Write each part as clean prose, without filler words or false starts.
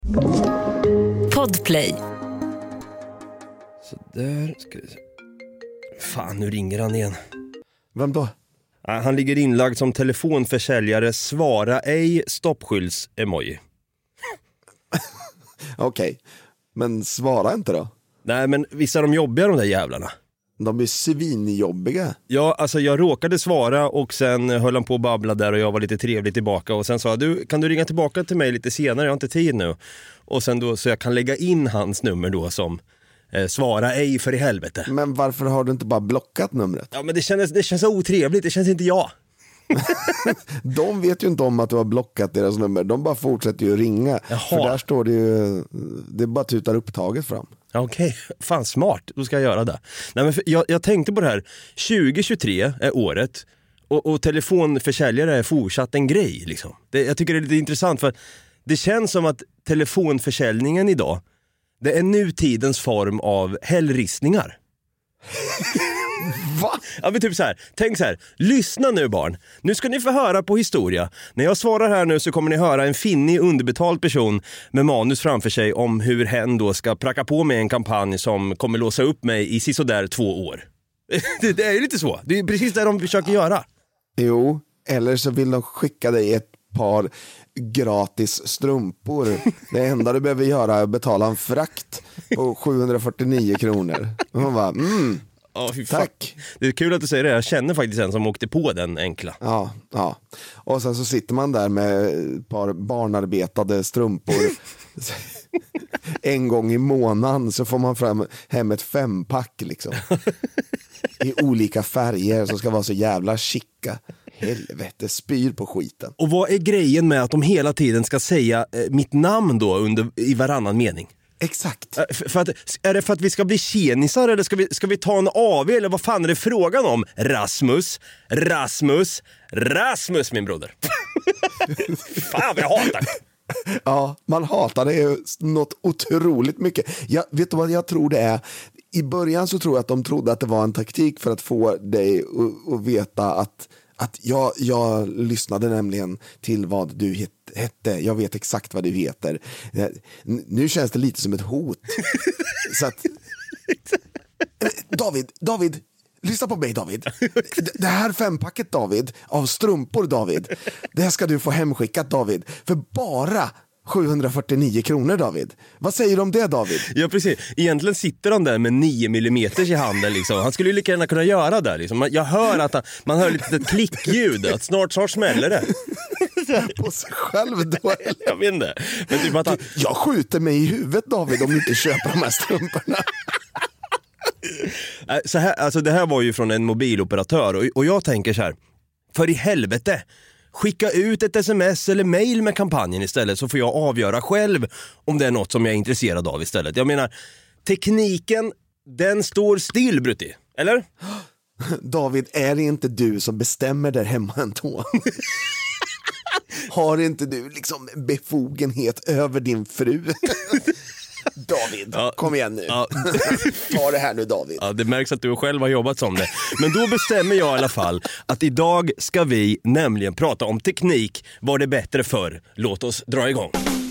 Podplay. Så där ska vi se. Fan, nu ringer han igen. Vem då? Han ligger inlagd som telefonförsäljare. Svara ej, stoppskylls-emoji. Okej, men svara inte då. Nej, men visst är de jobbiga de där jävlarna. De är svinjobbiga. Ja, alltså jag råkade svara och sen höll han på att babbla där och jag var lite trevlig tillbaka. Och sen sa du, kan du ringa tillbaka till mig lite senare? Jag har inte tid nu. Och sen då, så jag kan lägga in hans nummer då som svara ej för i helvete. Men varför har du inte bara blockat numret? Ja, men det känns så otrevligt, det känns inte jag. De vet ju inte om att du har blockat deras nummer. De bara fortsätter ju att ringa. Jaha. För där står det ju, det bara tutar upptaget fram. Okej, fan smart, då ska jag göra det. Nej, men jag tänkte på det här, 2023 är året och telefonförsäljare är fortsatt en grej liksom. Jag tycker det är lite intressant för det känns som att telefonförsäljningen idag, det är nutidens form av hällristningar. Va? Ja, men typ så här. Tänk så här, lyssna nu barn. Nu ska ni få höra på historia. När jag svarar här nu så kommer ni höra en finnig underbetald person med manus framför sig om hur hen då ska pracka på mig en kampanj som kommer låsa upp mig i sisådär 2 år. Det är ju lite så. Det är precis det de försöker göra. Jo, eller så vill de skicka dig ett par gratis strumpor. Det enda du behöver göra är att betala en frakt på 749 kronor. Och hon bara, tack. Det är kul att du säger det. Jag känner faktiskt en som åkte på den enkla. Ja. Och sen så sitter man där med ett par barnarbetade strumpor. En gång i månaden så får man hem ett 5-pack liksom. I olika färger som ska vara så jävla chicka. Helvete, spyr på skiten. Och vad är grejen med att de hela tiden ska säga mitt namn då i varannan mening? Exakt. Är det för att vi ska bli tjenisar eller ska vi ta en AV eller vad fan är det frågan om? Rasmus, min broder. Fan vad jag hatar. Ja, man hatar det ju något otroligt mycket. Vet du vad jag tror det är? I början så tror jag att de trodde att det var en taktik för att få dig att veta att jag lyssnade nämligen till vad du hette. Jag vet exakt vad du heter. Nu känns det lite som ett hot. Så att, David, lyssna på mig David. Det här 5-packet David, av strumpor David, det här ska du få hemskickat David. För bara 749 kronor David. Vad säger du om det David? Ja precis, egentligen sitter han där med 9 mm i handen liksom. Han skulle ju lika gärna kunna göra det liksom. Jag hör att man hör lite klickljud, att snart smäller det. På sig själv då eller? Jag vet inte. Men typ att jag skjuter mig i huvudet David om du inte köper de här strumporna. Så här, alltså det här var ju från en mobiloperatör och jag tänker så här, för i helvete, skicka ut ett sms eller mail med kampanjen istället så får jag avgöra själv om det är något som jag är intresserad av istället. Jag menar, tekniken, den står still, Brutti, eller? David, är det inte du som bestämmer där hemma ändå? Har inte du liksom befogenhet över din fru? David, kom igen nu. Ja. Ta det här nu David. Ja, det märks att du själv har jobbat som det. Men då bestämmer jag i alla fall att idag ska vi nämligen prata om teknik. Var det bättre förr? Låt oss dra igång.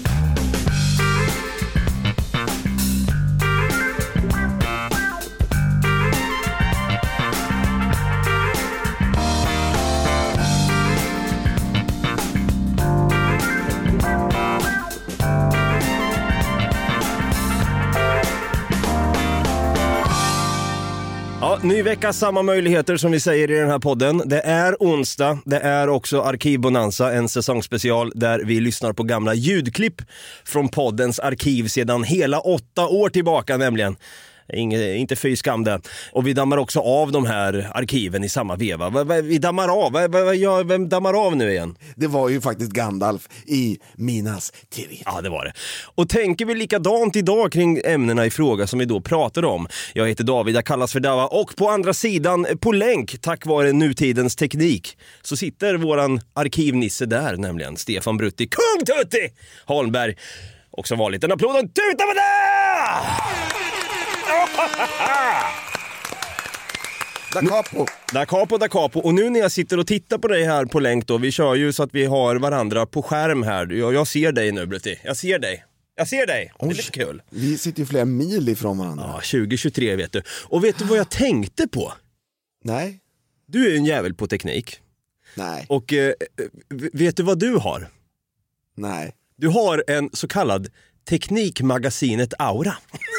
Ny vecka, samma möjligheter som vi säger i den här podden. Det är onsdag, det är också Arkivbonanza, en säsongsspecial där vi lyssnar på gamla ljudklipp från poddens arkiv sedan hela 8 år tillbaka nämligen. Inte fy skam det. Och vi dammar också av de här arkiven i samma veva. Vi dammar av. Vem dammar av nu igen? Det var ju faktiskt Gandalf i Minas Tirith. Ja, det var det. Och tänker vi likadant idag kring ämnena i fråga som vi då pratade om. Jag heter David, jag kallas för Dava. Och på andra sidan, på länk, tack vare nutidens teknik, så sitter våran arkivnisse där, nämligen Stefan Brutti, Kung Tutti Holmberg. Och som vanligt en applåd och tuta med det! Da capo. Och nu när jag sitter och tittar på dig här på länk då, vi kör ju så att vi har varandra på skärm här. Jag ser dig nu, Brutti. Jag ser dig. Jag ser dig, det är lite kul. Vi sitter ju flera mil ifrån varandra. Ja, 2023 vet du. Och vet du vad jag tänkte på? Nej. Du är en jävel på teknik. Nej. Och vet du vad du har? Nej. Du har en så kallad Teknikmagasinet Aura.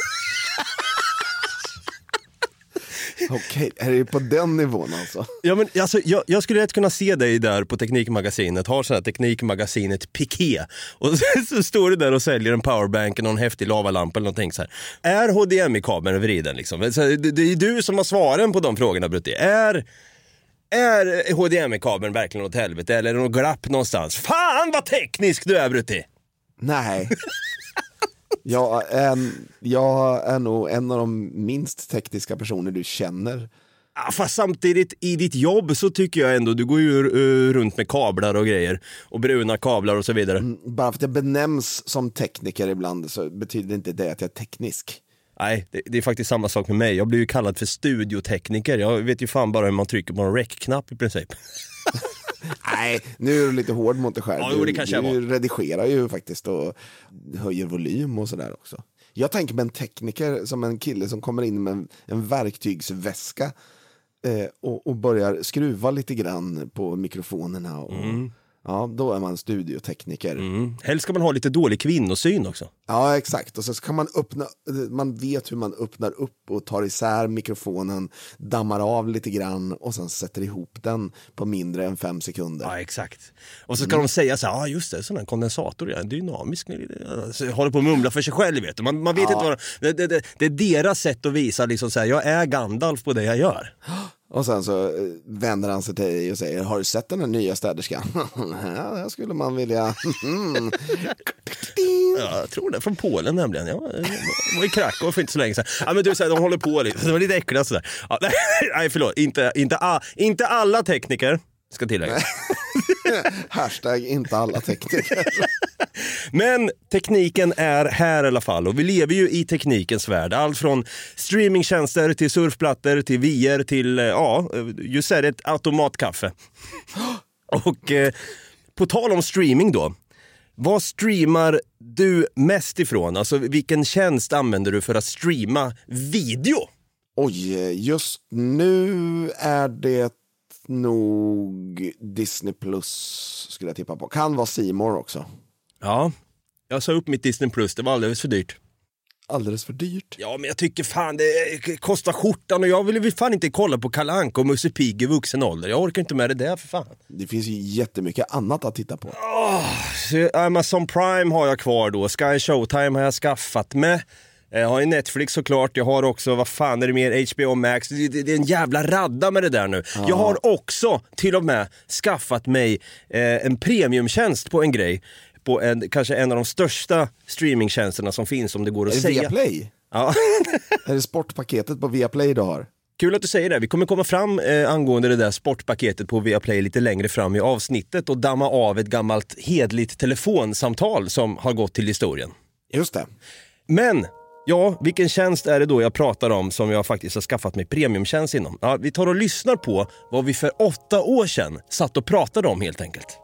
Okej, är det på den nivån alltså? Ja, men alltså, jag skulle rätt kunna se dig där på Teknikmagasinet, har sån här Teknikmagasinet Piqué, och så står du där och säljer en powerbank och någon häftig lavalampa eller någonting så här. Är HDMI-kabeln vriden liksom? Det är du som har svaren på de frågorna, Brutti. Är HDMI-kabeln verkligen åt helvete, eller är det något glapp någonstans? Fan vad teknisk du är, Brutti! Nej. Jag är nog en av de minst tekniska personer du känner. Ja, fast samtidigt i ditt jobb så tycker jag ändå, du går ju runt med kablar och grejer och bruna kablar och så vidare. Bara för att jag benämns som tekniker ibland så betyder inte det att jag är teknisk. Nej, det är faktiskt samma sak med mig. Jag blir ju kallad för studiotekniker. Jag vet ju fan bara hur man trycker på en rec-knapp i princip. Nej, nu är du lite hård mot dig själv. Ja, det kanske du redigerar ju faktiskt och höjer volym och sådär också. Jag tänker med en tekniker som en kille som kommer in med en verktygsväska och börjar skruva lite grann på mikrofonerna. Ja, då är man studiotekniker. Helst ska man ha lite dålig kvinnosyn också. Ja, exakt. Och så kan man vet hur man öppnar upp och tar isär mikrofonen, dammar av lite grann och sen sätter ihop den på mindre än 5 sekunder. Ja, exakt. Och så ska de säga så här, ja just det, sån här kondensator, ja, dynamisk. Så håller på att mumla för sig själv, vet du. Man vet inte vad det är deras sätt att visa liksom så här, jag är Gandalf på det jag gör. Och sen så vänder han sig till dig och säger, har du sett den här nya städerskan? Ja, det skulle man vilja. Ja, jag tror det, från Polen nämligen. Jag var i Krakow för inte så länge sedan. Ja, men du säger, de håller på lite. Det var lite äckligt sådär. Ja, nej, förlåt. Inte alla tekniker ska tillägga. Hashtag inte alla tekniker. Men tekniken är här i alla fall, och vi lever ju i teknikens värld. Allt från streamingtjänster till surfplattor till VR till, just är det ett automatkaffe. Och på tal om streaming då, vad streamar du mest ifrån? Alltså vilken tjänst använder du för att streama video? Oj, just nu är det nog Disney Plus skulle jag tippa på. Kan vara C More också. Ja, jag sa upp mitt Disney Plus, det var alldeles för dyrt. Alldeles för dyrt? Ja, men jag tycker fan det kostar skjortan, och jag vill fan inte kolla på Kalle Anka och Musse Pigg i vuxen ålder. Jag orkar inte med det där för fan. Det finns ju jättemycket annat att titta på. Amazon Prime har jag kvar då, Sky Showtime har jag skaffat med. Jag har ju Netflix såklart, jag har också, vad fan är det mer, HBO Max, det är en jävla radda med det där nu. Ja. Jag har också till och med skaffat mig en premiumtjänst på en grej, på kanske en av de största streamingtjänsterna som finns, om det går att säga. Viaplay? Ja. Är det sportpaketet på Viaplay du har? Kul att du säger det. Vi kommer komma fram angående det där sportpaketet på Viaplay lite längre fram i avsnittet och damma av ett gammalt hedligt telefonsamtal som har gått till historien. Just det. Men ja, vilken tjänst är det då jag pratar om som jag faktiskt har skaffat mig premiumtjänst inom? Ja, vi tar och lyssnar på vad vi för 8 år sedan satt och pratade om helt enkelt.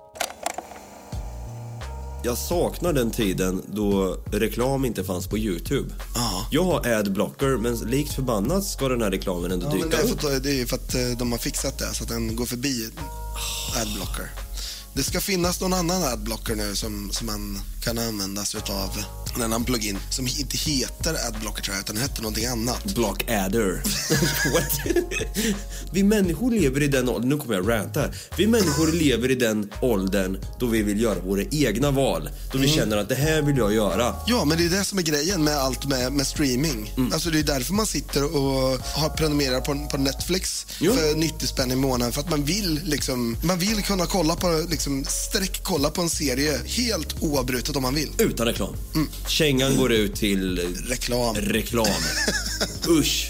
Jag saknar den tiden då reklam inte fanns på YouTube. Jag har adblocker, men likt förbannat ska den här reklamen ändå dyka upp. Det är för att de har fixat det så att den går förbi adblocker. Det ska finnas någon annan adblocker nu som man kan använda sig utav, en annan plugin som inte heter adblocker tror jag, utan heter någonting annat. Blockadder. What? Vi människor lever i den åldern, nu kommer jag ranta här. Vi människor lever i den åldern då vi vill göra våra egna val. Då vi känner att det här vill jag göra. Ja, men det är det som är grejen med allt med streaming. Alltså det är därför man sitter och har prenumererat på Netflix för 90 spänn i månaden. För att man vill kunna kolla på kolla på en serie helt oavbrutet om man vill. Utan reklam. Kängan går ut till reklam. Usch.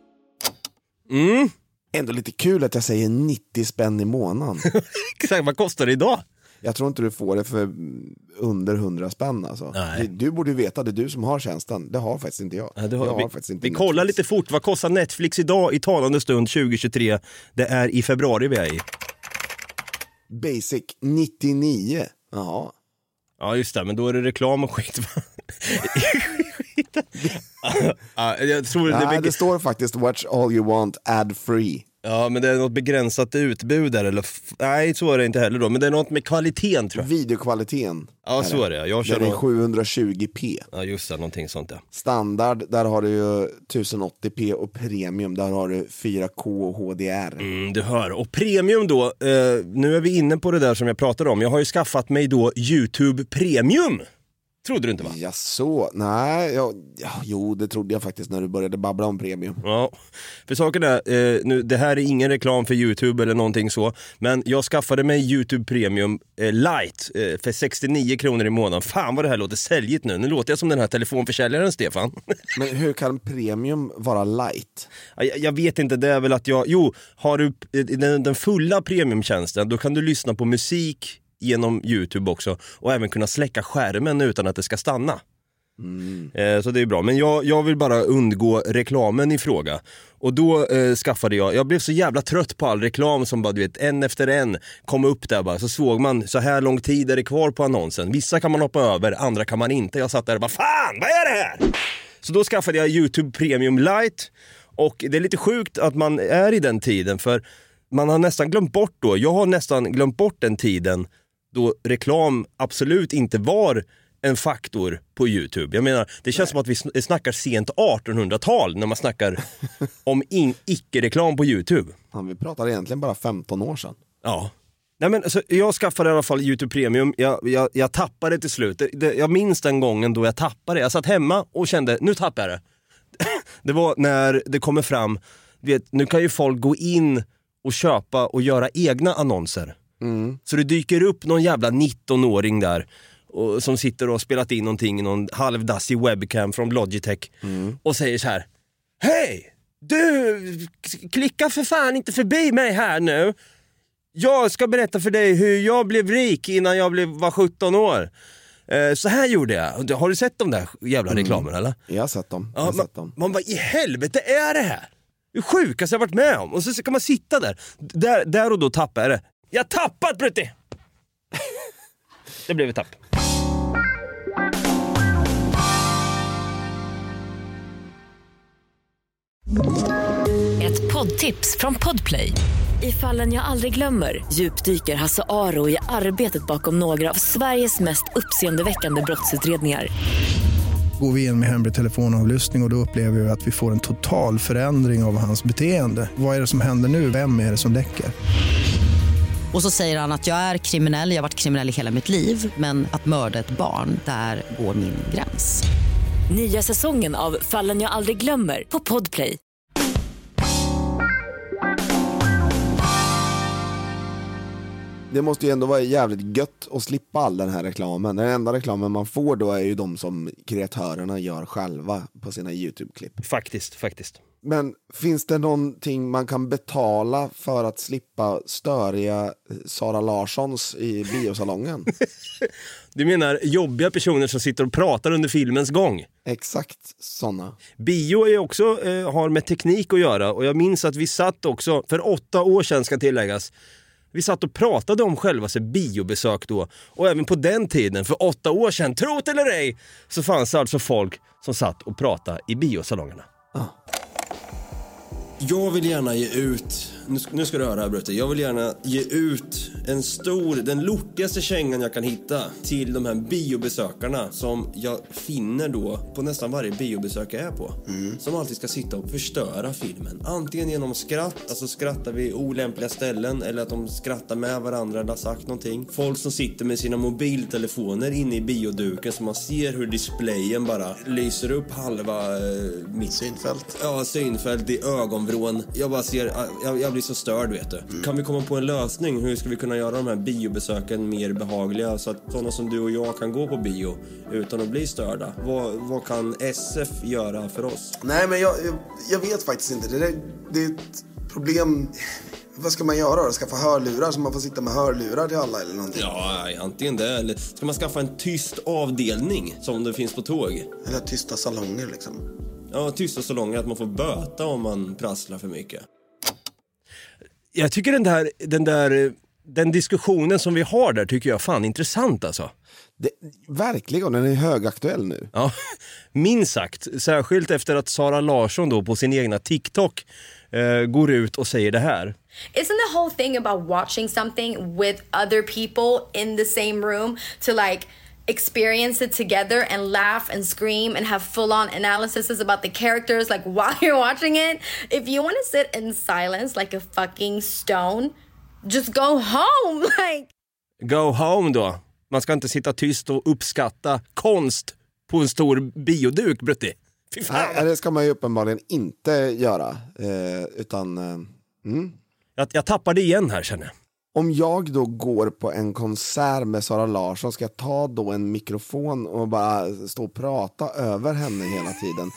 Ändå lite kul att jag säger 90 spänn i månaden. Exakt, vad kostar det idag? Jag tror inte du får det för under 100 spänn alltså. Du borde ju veta, det är du som har tjänsten. Det har faktiskt inte jag. Vi kollar lite fort, vad kostar Netflix idag i talande stund 2023? Det är i februari vi är i. Basic 99. Jaha. Ja, just det, men då är det reklam och skit. Jag tror det står faktiskt watch all you want ad free. Ja, men det är något begränsat utbud där, eller nej, så är det inte heller då, men det är något med kvaliteten, tror jag. Videokvaliteten. Ja, så är det. Jag kör den är 720p. Ja, just det, någonting sånt, ja. Standard, där har du ju 1080p, och premium, där har du 4K och HDR. Du hör. Och premium då, nu är vi inne på det där som jag pratade om. Jag har ju skaffat mig då YouTube Premium. Trodde du inte, va? Ja, så. Nej, jo, det trodde jag faktiskt när du började babbla om premium. Ja, för saken är, nu, det här är ingen reklam för YouTube eller någonting så, men jag skaffade mig YouTube Premium Lite för 69 kronor i månaden. Fan vad det här låter säljigt nu. Nu låter jag som den här telefonförsäljaren, Stefan. Men hur kan premium vara light? Jag vet inte, det är väl att har du den fulla premiumtjänsten, då kan du lyssna på musik genom YouTube också, och även kunna släcka skärmen utan att det ska stanna. Så det är bra. Men jag vill bara undgå reklamen i fråga. Och då skaffade jag blev så jävla trött på all reklam som bara, du vet, en efter en kom upp där bara. Så såg man, så här lång tid är det kvar på annonsen. Vissa kan man hoppa över, andra kan man inte. Jag satt där och bara, fan, vad är det här? Så då skaffade jag YouTube Premium Lite. Och det är lite sjukt att man är i den tiden, för man har nästan glömt bort då. Jag har nästan glömt bort den tiden då reklam absolut inte var en faktor på YouTube. Jag menar, det känns som att vi snackar sent 1800-tal när man snackar om icke-reklam på YouTube. Ja, vi pratar egentligen bara 15 år sedan. Ja. Nej, men alltså, jag skaffade i alla fall YouTube Premium. Jag tappade till slut. Jag minns den gången då jag tappade. Jag satt hemma och kände, nu tappar jag det. Det var när det kommer fram, vet, nu kan ju folk gå in och köpa och göra egna annonser. Så det dyker upp någon jävla 19-åring där som sitter och har spelat in någonting i någon halvdassig webcam från Logitech och säger så här: hej, du, klicka för fan inte förbi mig här nu. Jag ska berätta för dig hur jag blev rik innan jag var 17 år. Så här gjorde jag. Har du sett de där jävla reklamerna, eller? Jag har sett dem. Man bara, i helvete är det här? Det sjukaste jag varit med om. Och så kan man sitta där och då tappar jag det. Jag tappat, Brutti! Det blev ett tapp. Ett poddtips från Podplay. I Fallen jag aldrig glömmer djupdyker Hasse Aro i arbetet bakom några av Sveriges mest uppseendeväckande brottsutredningar. Går vi in med hemlig telefonavlyssning och då upplever vi att vi får en total förändring av hans beteende. Vad är det som händer nu? Vem är det som läcker? Och så säger han att jag är kriminell, jag har varit kriminell i hela mitt liv, men att mörda ett barn, där går min gräns. Nya säsongen av Fallen jag aldrig glömmer på Podplay. Det måste ju ändå vara jävligt gött att slippa all den här reklamen. Den enda reklamen man får då är ju de som kreatörerna gör själva på sina YouTube-klipp. Faktiskt. Men finns det någonting man kan betala för att slippa störiga Sara Larssons i biosalongen? Du menar jobbiga personer som sitter och pratar under filmens gång? Exakt såna. Bio är också, har med teknik att göra. Och jag minns att vi satt också, för 8 år sedan ska tilläggas, vi satt och pratade om själva sig biobesök då. Och även på den tiden, för 8 år sedan, tro det eller ej, så fanns det alltså folk som satt och pratade i biosalongerna. Jag vill gärna ge ut, nu ska du höra här, Brutte. Jag vill gärna ge ut den lortigaste kängan jag kan hitta till de här biobesökarna som jag finner då på nästan varje biobesök jag är på. Som alltid ska sitta och förstöra filmen. Antingen genom skratt, alltså skrattar vid olämpliga ställen, eller att de skrattar med varandra eller har sagt någonting. Folk som sitter med sina mobiltelefoner inne i bioduken så man ser hur displayen bara lyser upp halva mitt synfält. Ja, synfält i ögonvrån. Jag bara ser, jag blir så störd, vet du. Kan vi komma på en lösning? Hur ska vi kunna göra de här biobesöken mer behagliga så att sådana som du och jag kan gå på bio utan att bli störda? Vad kan SF göra för oss? Nej, men jag vet faktiskt inte. Det är ett problem. Vad ska man göra då? Skaffa hörlurar så man får sitta med hörlurar till alla eller någonting? Ja, antingen det. Eller ska man skaffa en tyst avdelning som det finns på tåg? Eller tysta salonger liksom. Ja, tysta salonger, att man får böta om man prasslar för mycket. Jag tycker den där den diskussionen som vi har där tycker jag är fan intressant alltså. Verkligen, den är högaktuell nu. Ja, minst sagt. Särskilt efter att Sara Larsson då på sin egna TikTok går ut och säger det här. Isn't the whole thing about watching something with other people in the same room to like experience it together and laugh and scream and have full-on analyses about the characters like while you're watching it? If you want to sit in silence like a fucking stone, just go home. Like Go home då. Man ska inte sitta tyst och uppskatta konst på en stor bioduk, Brutti. Fy fan. Nej, det ska man ju uppenbarligen inte göra. Jag tappar det igen här, känner jag. Om jag då går på en konsert med Sara Larsson, ska jag ta då en mikrofon och bara stå och prata över henne hela tiden?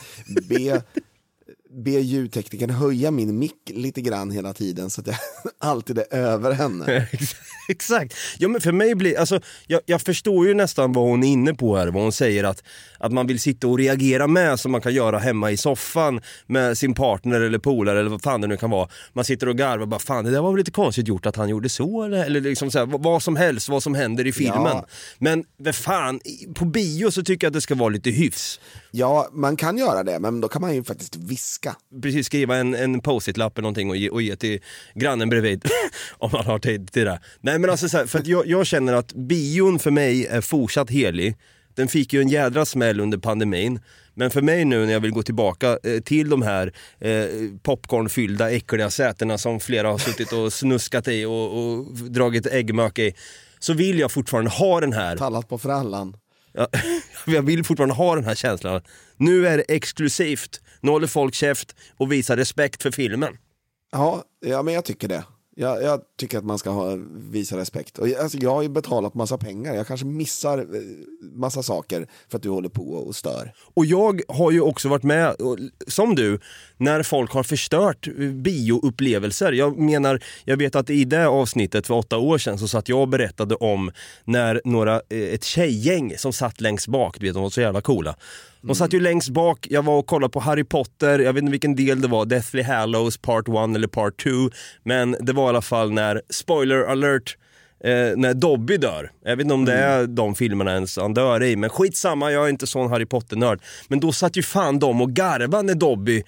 Be ljudtekniken höja min mick lite grann hela tiden så att jag alltid är över henne. Exakt. Ja, men för mig blir, alltså, jag förstår ju nästan vad hon är inne på här. Vad hon säger att man vill sitta och reagera med som man kan göra hemma i soffan med sin partner eller polare eller vad fan det nu kan vara. Man sitter och garvar och bara, fan det där var väl lite konstigt gjort att han gjorde så eller liksom så här, vad som helst, vad som händer i filmen. Ja. Men vad fan, på bio så tycker jag att det ska vara lite hyfs. Ja, man kan göra det, men då kan man ju faktiskt viska. Precis, skriva en post-it-lapp eller någonting och ge till grannen bredvid om man har tid till det. Nej men alltså så här, för att jag känner att bion för mig är fortsatt helig. Den fick ju en jädra smäll under pandemin. Men för mig nu när jag vill gå tillbaka till de här popcornfyllda äckliga sätena som flera har suttit och snuskat i och dragit äggmök i, så vill jag fortfarande ha den här. Tallat på frallan. Ja, jag vill fortfarande ha den här känslan. Nu är det exklusivt. Nu håller folk käft och visar respekt för filmen. Ja, men jag tycker det. Jag tycker att man ska visa respekt. Och alltså, jag har ju betalat massa pengar. Jag kanske missar massa saker för att du håller på och stör. Och jag har ju också varit med, som du, när folk har förstört bioupplevelser. Jag menar, jag vet att i det avsnittet för 8 år sedan så satt jag och berättade om när ett tjejgäng som satt längst bak, du vet, de var så jävla coola. De satt ju längst bak, jag var och kollade på Harry Potter, jag vet inte vilken del det var, Deathly Hallows Part 1 eller Part 2, men det var i alla fall när, spoiler alert, när Dobby dör. Jag vet inte om det är de filmerna ens han dör i, men skitsamma, jag är inte sån Harry Potter-nörd. Men då satt ju fan de och garvade när Dobby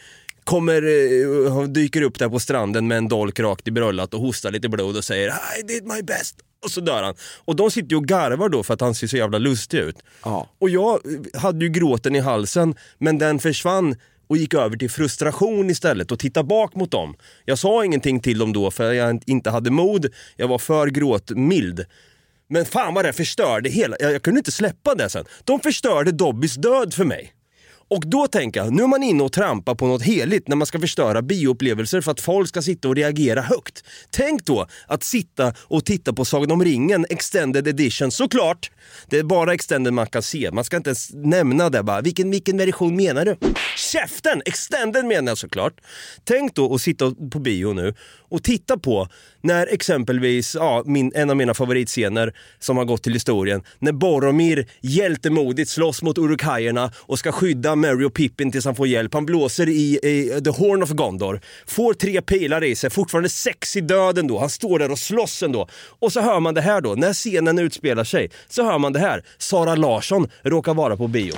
dyker upp där på stranden med en dolk rakt i bröllat och hostar lite blod och säger I did my best. Och så dör han. Och de sitter ju och garvar då för att han ser så jävla lustig ut. Ja. Och jag hade ju gråten i halsen, men den försvann och gick över till frustration istället och titta bak mot dem. Jag sa ingenting till dem då för jag inte hade mod. Jag var för gråtmild. Men fan vad det förstörde hela. Jag kunde inte släppa det sen. De förstörde Dobbys död för mig. Och då tänker jag, nu är man inne och trampar på något heligt när man ska förstöra bioupplevelser för att folk ska sitta och reagera högt. Tänk då att sitta och titta på Sagan om ringen Extended Edition, såklart. Det är bara Extended man kan se. Man ska inte ens nämna det bara. Vilken version menar du? Käften! Extended menar jag såklart. Tänk då att sitta på bio nu och titta på när exempelvis en av mina favoritscener som har gått till historien, när Boromir hjältemodigt slåss mot Uruk-hajerna och ska skydda Merry och Pippin tills han får hjälp. Han blåser i The Horn of Gondor, får 3 pilar i sig, fortfarande sex i döden då. Han står där och slåss ändå. Och så hör man det här då, när scenen utspelar sig, så hör man det här. Sara Larsson råkar vara på bio.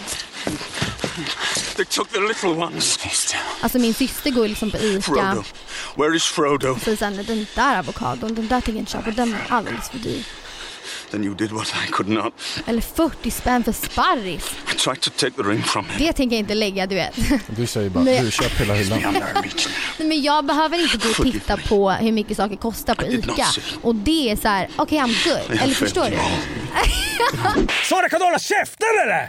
They took the little ones. Alltså min syster går liksom på Ica. Frodo. Where is Frodo? Så sen den där avokadon, den där tänker jag inte köpa, den är alldeles för dyr. Then you did what I could not. Eller 40 spänn för sparris. I tried to take the ring from him. Det tänker jag inte lägga, du vet. Du säger bara, du köper hela hyllan. Nej, men jag behöver inte gå och titta på hur mycket saker kostar på Ica. Och det är så här, okej, I'm good. Eller förstår du? Sara, kan du hålla käften eller?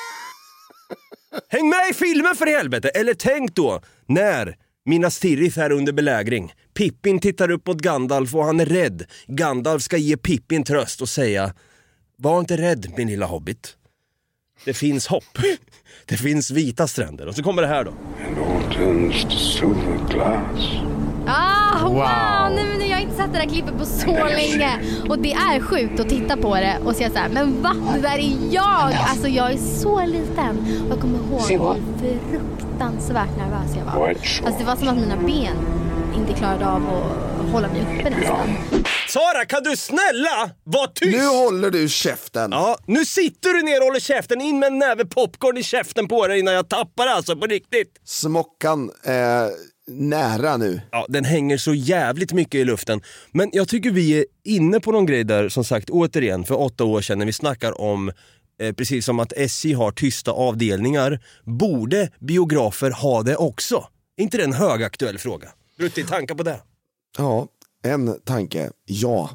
Häng med i filmen för helvete. Eller tänk då när Minas Tirith är under belägring. Pippin tittar upp mot Gandalf och han är rädd. Gandalf ska ge Pippin tröst och säga: var inte rädd, min lilla hobbit. Det finns hopp. Det finns vita stränder. Och så kommer det här då. And all turns to silver glass. Wow. Nej, men jag har inte sett det där klippet på så länge. Och det är sjukt att titta på det och säga så här, men va? Det där är jag. Alltså jag är så liten. Och jag kommer ihåg hur fruktansvärt nervös jag var. Alltså det var som att mina ben inte klarade av att hålla mig uppe nästan. Sara, kan du snälla vara tyst? Nu håller du käften. Ja, nu sitter du ner och håller käften. In med en näve popcorn i käften på dig innan jag tappar alltså, på riktigt. Smockan är nära nu. Ja, den hänger så jävligt mycket i luften. Men jag tycker vi är inne på någon grej där, som sagt, återigen, för 8 år sedan när vi snackar om precis som att SJ har tysta avdelningar, borde biografer ha det också? Är inte det en högaktuell fråga? Brutti, tankar på det? Ja, en tanke. Ja.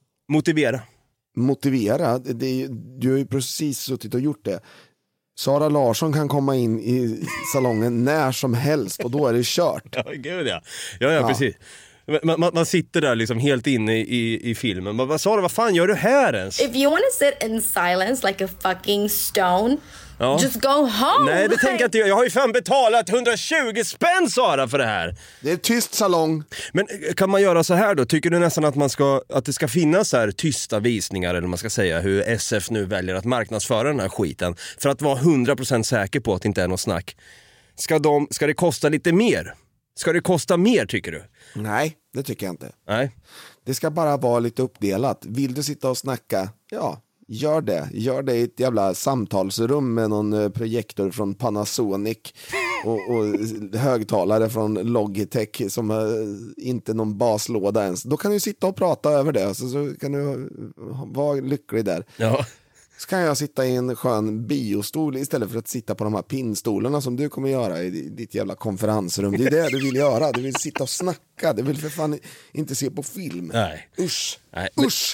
Motivera? Du har ju precis suttit och gjort det. Sara Larsson kan komma in i salongen när som helst och då är det kört. Ja, gud ja. Ja, precis. Man sitter där liksom helt inne i filmen. Men vad fan gör du här ens? If you want to sit in silence like a fucking stone, just go home. Nej, det tänker jag inte. Jag har ju fan betalat 120 spänn, Sara, för det här. Det är tyst salong. Men kan man göra så här då? Tycker du nästan att det ska finnas så här tysta visningar, eller man ska säga hur SF nu väljer att marknadsföra den här skiten, för att vara 100% säker på att det inte är något snack? Ska det kosta lite mer? Ska det kosta mer, tycker du? Nej, det tycker jag inte. Nej. Det ska bara vara lite uppdelat. Vill du sitta och snacka? Ja, gör det. Gör det i ett jävla samtalsrum med någon projektor från Panasonic och högtalare från Logitech som inte någon baslåda ens. Då kan du sitta och prata över det, så kan du vara lycklig där. Ja. Så kan jag sitta i en skön biostol istället för att sitta på de här pinnstolarna som du kommer göra i ditt jävla konferensrum. Det är det du vill göra. Du vill sitta och snacka. Du vill för fan inte se på film. Nej. Usch. Nej. Usch.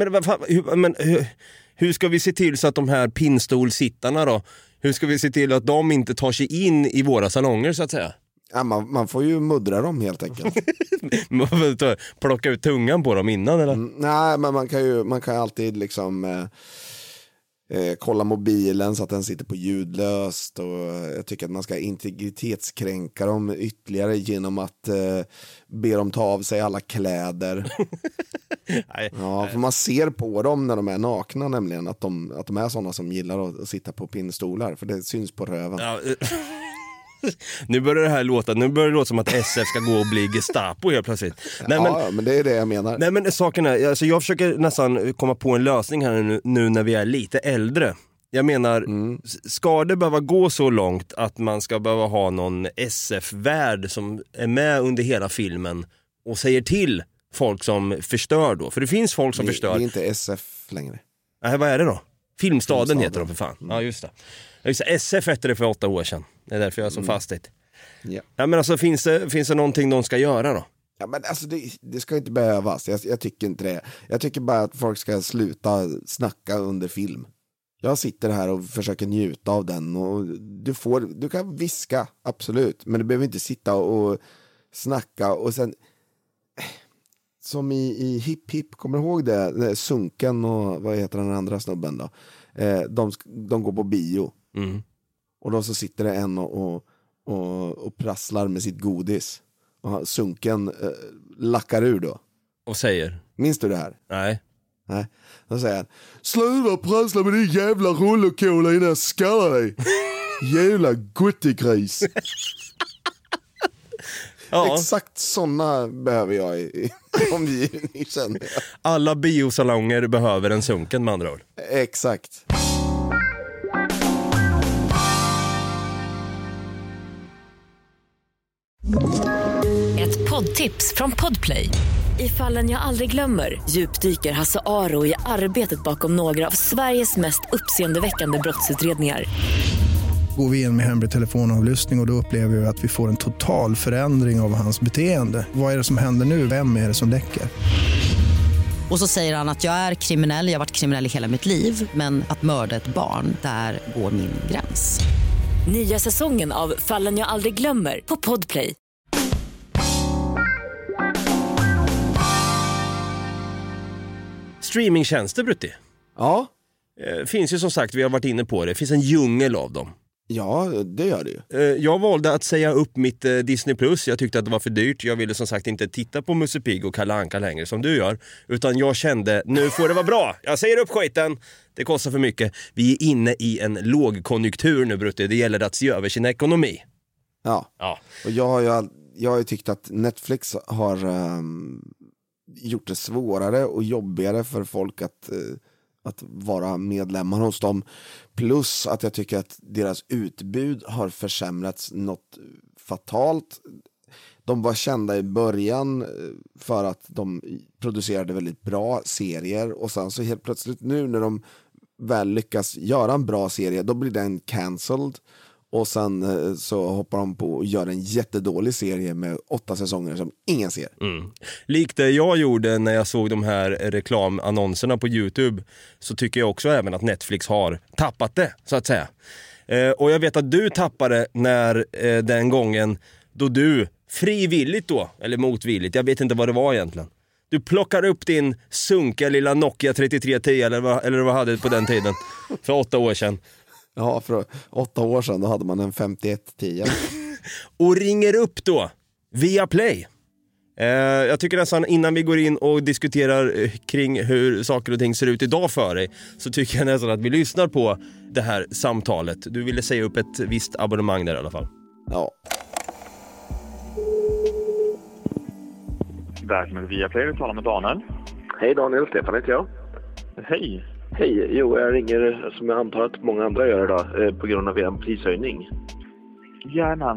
Hur ska vi se till så att de här pinnstolsittarna då, hur ska vi se till att de inte tar sig in i våra salonger, så att säga? Ja, man får ju muddra dem helt enkelt. Man får plocka ut tungan på dem innan, eller? Nej, men man kan alltid liksom kolla mobilen så att den sitter på ljudlöst, och jag tycker att man ska integritetskränka dem ytterligare genom att be dem ta av sig alla kläder. För man ser på dem när de är nakna, nämligen att de är sådana som gillar att sitta på pinnstolar, för det syns på röven. Ja. Nu börjar det låta som att SF ska gå och bli Gestapo helt plötsligt. Nej, men det är det jag menar. Nej, men saken är, alltså jag försöker nästan komma på en lösning här nu när vi är lite äldre. Jag menar, ska det behöva gå så långt att man ska behöva ha någon SF-värd som är med under hela filmen och säger till folk som förstör då? För det finns folk som förstör. Det är inte SF längre. Nej, vad är det då? Filmstaden heter de för fan. Ja, just det. SF hette det för 8 år sedan. Det är därför jag är så fastigt. Ja, men alltså finns det någonting de ska göra då? Ja, men alltså det ska inte behövas. Jag tycker inte det. Jag tycker bara att folk ska sluta snacka under film. Jag sitter här och försöker njuta av den, och du kan viska, absolut, men du behöver inte sitta och snacka. Och sen som i Hipp Hipp, kommer du ihåg det? Sunken och vad heter den andra snubben då? De går på bio. Och då så sitter det en och prasslar med sitt godis. Och Sunken lackar ur då. Och säger? Minns du det här? Nej. Då säger han: sluta prassla med din jävla rullkola innan jag skallar dig. Jävla guttegris. Ja. Exakt såna behöver jag i omgivningen, känner jag. Alla biosalonger behöver en Sunken, med andra ord. Exakt. Ett poddtips från Podplay. I Fallen jag aldrig glömmer djupdyker Hasse Aro i arbetet bakom några av Sveriges mest uppseendeväckande brottsutredningar. Går vi in med hemlig telefonavlyssning och då upplever vi att vi får en total förändring av hans beteende. Vad är det som händer nu? Vem är det som läcker? Och så säger han att jag är kriminell, jag har varit kriminell i hela mitt liv, men att mörda ett barn, där går min gräns. Nya säsongen av Fallen jag aldrig glömmer på Podplay. Streamingtjänster, Brutti. Ja. Finns ju som sagt, vi har varit inne på det. Det finns en djungel av dem. Ja, det gör det ju. Jag valde att säga upp mitt Disney Plus. Jag tyckte att det var för dyrt. Jag ville som sagt inte titta på Musse Pigg och Kalle Anka längre som du gör. Utan jag kände, nu får det vara bra. Jag säger upp skiten. Det kostar för mycket. Vi är inne i en lågkonjunktur nu, Brutti. Det gäller att se över sin ekonomi. Ja. Och jag har ju jag har ju tyckt att Netflix har gjort det svårare och jobbigare för folk att vara medlemmar hos dem. Plus att jag tycker att deras utbud har försämrats något fatalt. De var kända i början för att de producerade väldigt bra serier och sen så helt plötsligt nu när de väl lyckas göra en bra serie, då blir den cancelled och sen så hoppar de på och gör en jättedålig serie med 8 säsonger som ingen ser. Likt det jag gjorde när jag såg de här reklamannonserna på YouTube, så tycker jag också även att Netflix har tappat det, så att säga. Och jag vet att du tappade när den gången då du frivilligt då, eller motvilligt, jag vet inte vad det var egentligen. Du plockar upp din sunka lilla Nokia 3310 eller vad hade du på den tiden? För 8 år sedan. Ja, för 8 år sedan då hade man en 5110. Och ringer upp då via Play. Jag tycker nästan innan vi går in och diskuterar kring hur saker och ting ser ut idag för dig, så tycker jag nästan att vi lyssnar på det här samtalet. Du ville säga upp ett visst abonnemang där i alla fall. Ja. Välkommen via Play, vi talar med Daniel. Hej Daniel, Stefan heter jag. Hej. Hej, jo jag ringer som jag antar att många andra gör idag på grund av en prishöjning. Gärna.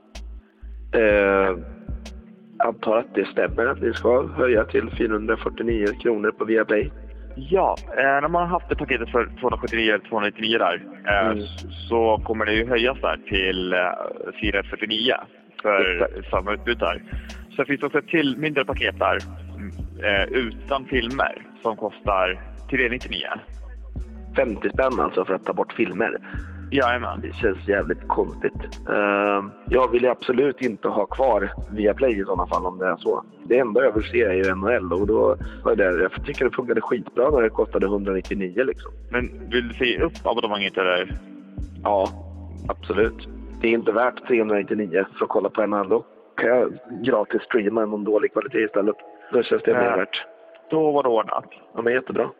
Antar att det stämmer att ni ska höja till 449 kronor på Viaplay. Ja, när man har haft det paketet för 279 där så kommer det ju höjas där till 449 för samma utbud där. Så finns det också ett till mindre paket där utan filmer som kostar 399. 50 spänn alltså för att ta bort filmer. Jajamän. Det känns jävligt konstigt. Jag vill absolut inte ha kvar Viaplay i sådana fall om det är så. Det enda jag vill se är ju NHL och då var det, jag tycker det funkade skitbra när det kostade 199 liksom. Men vill du se upp abonnemanget eller? Ja, absolut. Det är inte värt 399 för att kolla på NHL då. Kan jag gratis streama någon dålig kvalitet istället? Då känns det mer värt. Då var det ordnat. Ja, men jättebra.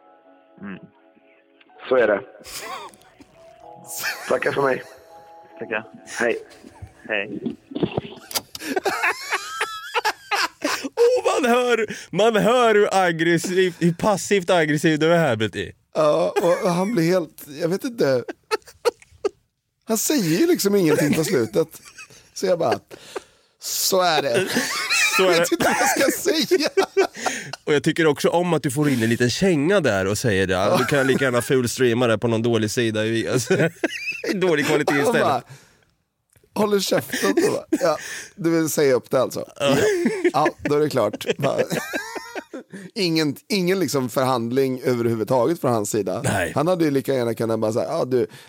Så är det. Tackar för mig. Tackar. Hej. Hej. Man hör hur passivt aggressiv du är här, Betty. Ja, och han blir helt, jag vet inte. Han säger ju liksom ingenting på slutet. Så jag bara, så är det. Så är det. Jag vet inte vad jag ska säga. Och jag tycker också om att du får in en liten känga där och säger det. Du kan lika gärna fullstreama det på någon dålig sida. Alltså, dålig kvalitet istället. Bara, håller käften då. Ja, du vill säga upp det alltså. Ja, då är det klart. Ingen liksom förhandling överhuvudtaget från hans sida. Nej. Han hade ju lika gärna kunnat bara säga,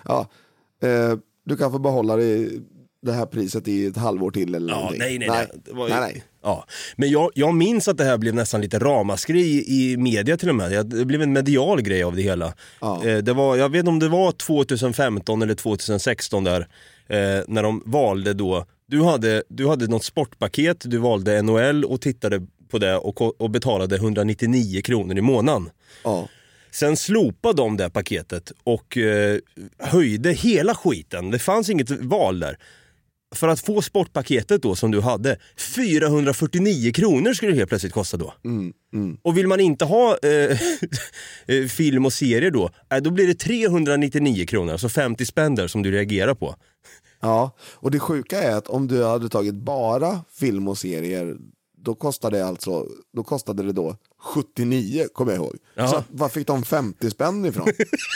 du kan få behålla det här priset i ett halvår till eller någonting. Nej. Ja. Men jag minns att det här blev nästan lite ramaskri i media till och med. Det blev en medial grej av det hela. Ja. Jag vet inte om det var 2015 eller 2016 där när de valde då. Du hade något sportpaket, du valde NHL och tittade på det och betalade 199 kronor i månaden. Ja. Sen slopade de det paketet och höjde hela skiten. Det fanns inget val där. För att få sportpaketet då som du hade, 449 kronor skulle det helt plötsligt kosta då. Och vill man inte ha film och serier då blir det 399 kronor, alltså 50 spänn där som du reagerar på. Ja, och det sjuka är att om du hade tagit bara film och serier, då kostade det då 79, kommer jag ihåg. Ja. Så vad fick de 50 spänn ifrån?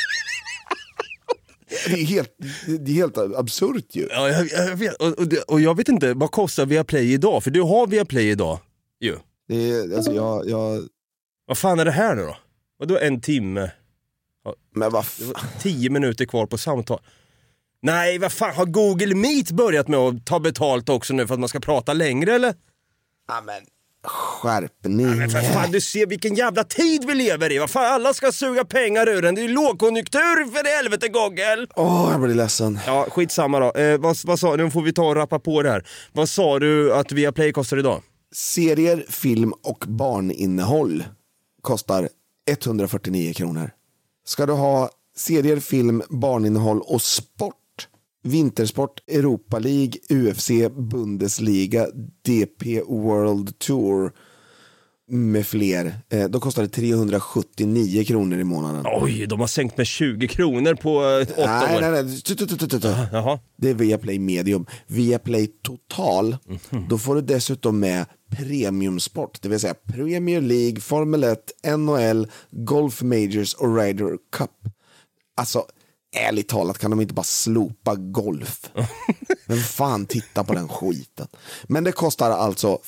Det är helt absurt ju. Ja, jag vet. Och jag vet inte, vad kostar Viaplay idag? För du har Viaplay idag ju. Det är, alltså jag... Vad fan är det här nu då? Vadå en timme? Men vad 10 minuter kvar på samtal. Nej, vad fan, har Google Meet börjat med att ta betalt också nu för att man ska prata längre eller? Ja, men skärpning. Ja, men för fan, du ser vilken jävla tid vi lever i. Vad fan, alla ska suga pengar ur den. Det är ju lågkonjunktur för helvete, Google. Jag blir ledsen. Ja, skitsamma då. Vad sa du? Nu får vi ta och rappa på det här. Vad sa du att Viaplay kostar idag? Serier, film och barninnehåll kostar 149 kronor. Ska du ha serier, film, barninnehåll och sport Vintersport, Europa League, UFC, Bundesliga, DP World Tour med fler. Då kostar det 379 kronor i månaden. Oj, de har sänkt med 20 kronor på 8 år. Nej. Jaha. Det är Viaplay Medium. Viaplay Total, då får du dessutom med premiumsport, det vill säga Premier League, Formel 1, NHL, Golf Majors och Ryder Cup. Alltså, ärligt talat kan de inte bara slopa golf. Men fan, titta på den skiten. Men det kostar alltså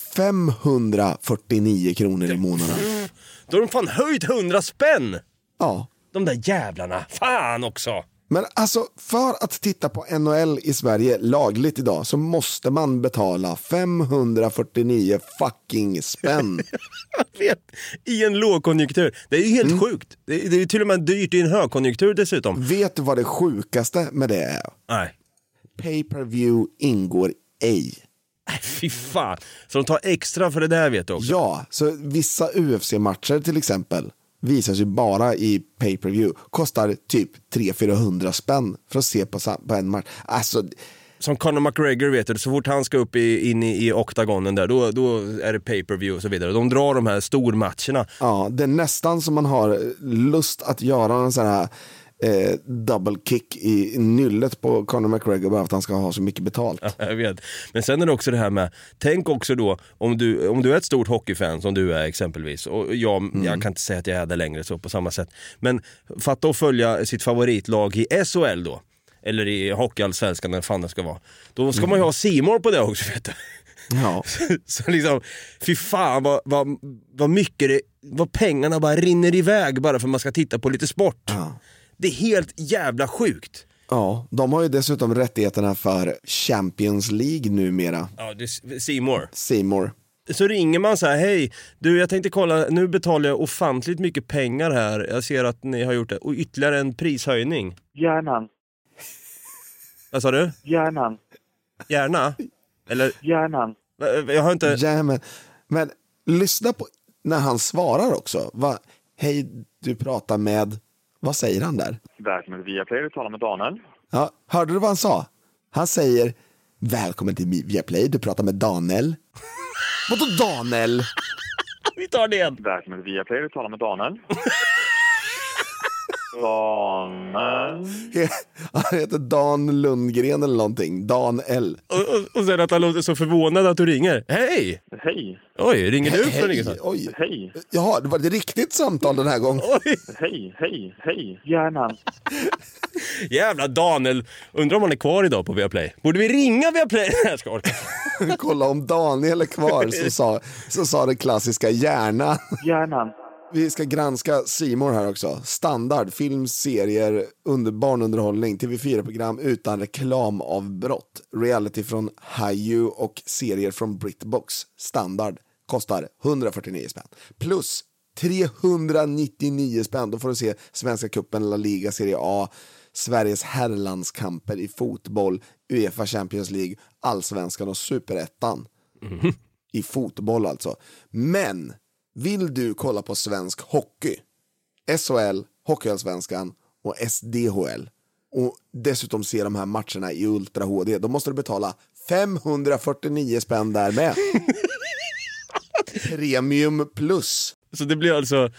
549 kronor i månaden. Då har de fan höjt 100 spänn. Ja. De där jävlarna, fan också. Men alltså, för att titta på NHL i Sverige lagligt idag så måste man betala 549 fucking spänn. Jag vet, i en lågkonjunktur. Det är ju helt sjukt. Det är ju till och med dyrt i en högkonjunktur dessutom. Vet du vad det sjukaste med det är? Nej. Pay-per-view ingår ej. Fy fan. Så de tar extra för det där, vet du också. Ja, så vissa UFC-matcher till exempel visas ju bara i pay-per-view. Kostar typ 300-400 spänn för att se på en match. Alltså, som Conor McGregor, vet du, så fort han ska upp in i oktagonen där, då är det pay-per-view och så vidare. De drar de här stormatcherna. Ja, det är nästan som man har lust att göra en sån här double kick i nyllet på Conor McGregor bara för att han ska ha så mycket betalt. Ja, jag vet. Men sen är det också det här med, tänk också då om du är ett stort hockeyfan som du är exempelvis, och jag kan inte säga att jag är det längre så på samma sätt, men fatta att följa sitt favoritlag i SHL då, eller i hockeyallsvenskan, när fan det ska vara, då ska man ju ha C-more på det också, vet du. Ja. Så liksom, fy fan vad mycket vad pengarna bara rinner iväg bara för att man ska titta på lite sport. Ja. Det är helt jävla sjukt. Ja, de har ju dessutom rättigheterna för Champions League numera. Ja, det är C-more. Så ringer man så här, hej, du, jag tänkte kolla, nu betalar jag ofantligt mycket pengar här. Jag ser att ni har gjort det. Och ytterligare en prishöjning. Hjärnan. Vad sa du? Hjärnan. Hjärna? Eller? Hjärnan. Jag har inte... Ja, men lyssna på när han svarar också. Hej, du pratar med... Vad säger han där? Välkommen till Viaplay, du talar med Daniel. Ja, hörde du vad han sa? Han säger, välkommen till Viaplay, du pratar med Daniel. Vadå Daniel? Vi tar det igen. Välkommen till Viaplay, du talar med Daniel. Daniel. Han heter Dan Lundgren eller någonting. Dan L. Och sen att han låter så förvånad att du ringer. Hej! Hej. Oj, ringer du för inget? Oj. Hej. Jaha, det var ett riktigt samtal den här gången. Oj. Hej. Hjärnan. Jävla Daniel. Undrar om han är kvar idag på Viaplay. Borde vi ringa Viaplay? Jag ska orka. Kolla om Daniel är kvar, så sa det klassiska hjärnan. Vi ska granska C-more här också. Standard, film, serier, barnunderhållning, TV4-program utan reklamavbrott. Reality från Hayu och serier från BritBox. Standard kostar 149 spänn. Plus 399 spänn. Då får du se Svenska cupen, La Liga, Serie A, Sveriges herrlandskamper i fotboll, UEFA Champions League, Allsvenskan och Superettan. I fotboll alltså. Men vill du kolla på svensk hockey, SHL, Hockeyallsvenskan och SDHL, och dessutom se de här matcherna i Ultra HD, då måste du betala 549 spänn där med. Premium plus. Så det blir alltså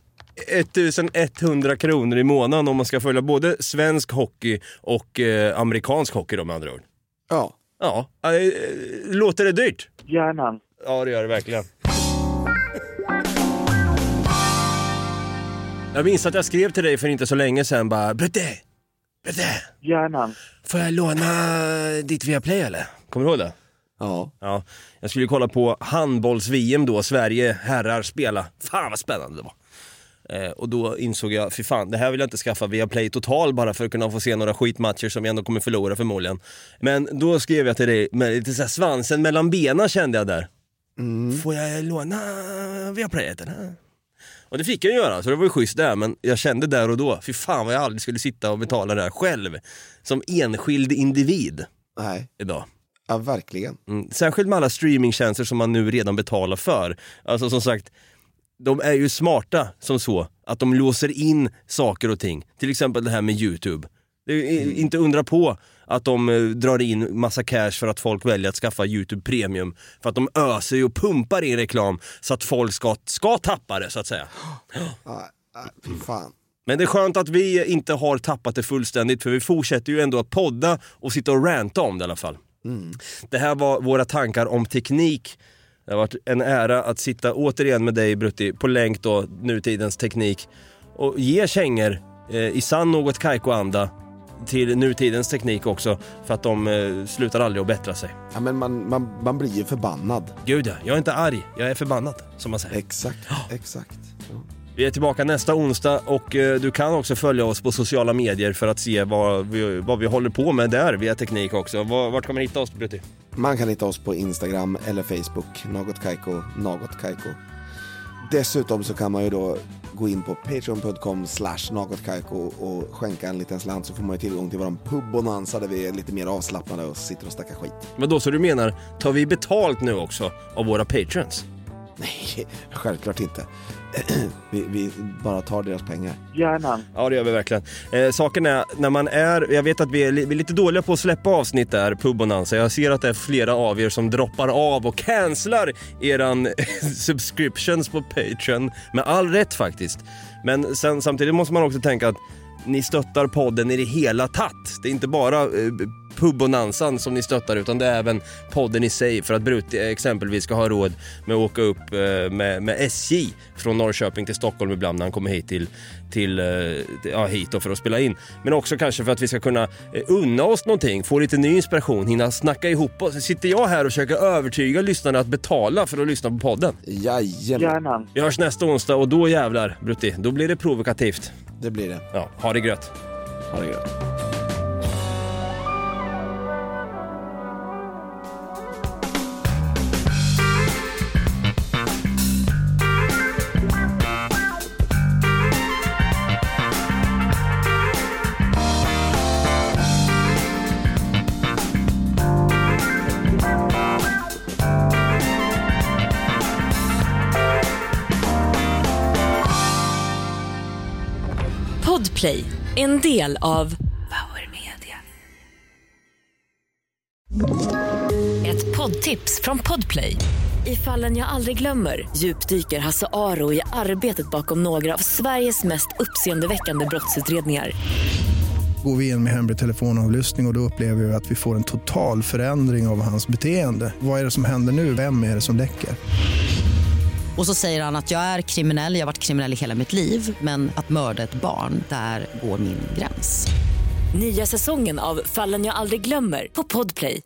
1100 kronor i månaden om man ska följa både svensk hockey och amerikansk hockey då, med andra ord. Ja. Ja, låter det dyrt? Hjärnan. Ja, det gör det verkligen. Jag minns att jag skrev till dig för inte så länge sedan bara, Brutte! Hjärnan. Får jag låna ditt Viaplay eller? Kommer du ihåg det? Ja. Jag skulle kolla på handbolls-VM då, Sverige herrar spela. Fan vad spännande det var. Och då insåg jag, fy fan, det här vill jag inte skaffa Viaplay Total bara för att kunna få se några skitmatcher som jag ändå kommer förlora förmodligen. Men då skrev jag till dig med lite så här svansen mellan benen, kände jag där. Får jag låna Viaplay eller? Och det fick jag göra, så det var ju schysst där. Men jag kände där och då, fy fan vad jag aldrig skulle sitta och betala det här själv som enskild individ. Nej. Idag. Ja, verkligen. Särskilt med alla streamingtjänster som man nu redan betalar för. Alltså som sagt, de är ju smarta som så att de låser in saker och ting. Till exempel det här med YouTube. Det är inte undra på att de drar in massa cash för att folk väljer att skaffa YouTube Premium. För att de öser och pumpar in reklam så att folk ska tappa det, så att säga. Fy fan. Men det är skönt att vi inte har tappat det fullständigt, för vi fortsätter ju ändå att podda och sitta och ranta om det i alla fall. Det här var våra tankar om teknik. Det har varit en ära att sitta återigen med dig, Brutti, på länk då, nutidens teknik, och ge kängor i sann något Kaiko-anda till nutidens teknik också, för att de slutar aldrig att bättra sig. Ja, men man blir ju förbannad. Gud ja, jag är inte arg, jag är förbannad, som man säger. Exakt. Ja. Vi är tillbaka nästa onsdag, och du kan också följa oss på sociala medier för att se vad vi håller på med där via teknik också. Vart kan man hitta oss, Brutti? Man kan hitta oss på Instagram eller Facebook, Något Kaiko. Dessutom så kan man ju då gå in på patreon.com/nagotkaiko och skänka en liten slant, så får man ju tillgång till våran pubbonanza där vi är lite mer avslappnade och sitter och snackar skit. Men då, så du menar, tar vi betalt nu också av våra patrons? Nej, självklart inte. Vi bara tar deras pengar. Gärna. Ja, det gör vi verkligen. Saken är, när man jag vet att vi är lite dåliga på att släppa avsnitt där, pubbonanza. Jag ser att det är flera av er som droppar av och cancelar eran subscriptions på Patreon. Med all rätt faktiskt. Men samtidigt måste man också tänka att ni stöttar podden i det hela tatt. Det är inte bara pubbonansan som ni stöttar, utan det är även podden i sig, för att Brutti exempelvis ska ha råd med att åka upp med SJ från Norrköping till Stockholm ibland när han kommer hit hit då för att spela in. Men också kanske för att vi ska kunna unna oss någonting, få lite ny inspiration, hinna snacka ihop oss. Så sitter jag här och försöker övertyga lyssnarna att betala för att lyssna på podden. Jajamän. Vi hörs nästa onsdag, och då jävlar, Brutti, då blir det provokativt. Det blir det. Ja, ha det grött. Ha det grött. Podplay, en del av Power Media. Ett poddtips från Podplay. I Fallen jag aldrig glömmer djupdyker Hasse Aro i arbetet bakom några av Sveriges mest uppseendeväckande brottsutredningar. Går vi in med hemlig telefonavlyssning och då upplever vi att vi får en total förändring av hans beteende. Vad är det som händer nu? Vem är det som läcker? Och så säger han att jag är kriminell, jag har varit kriminell i hela mitt liv. Men att mörda ett barn, där går min gräns. Nya säsongen av Fallen jag aldrig glömmer på Podplay.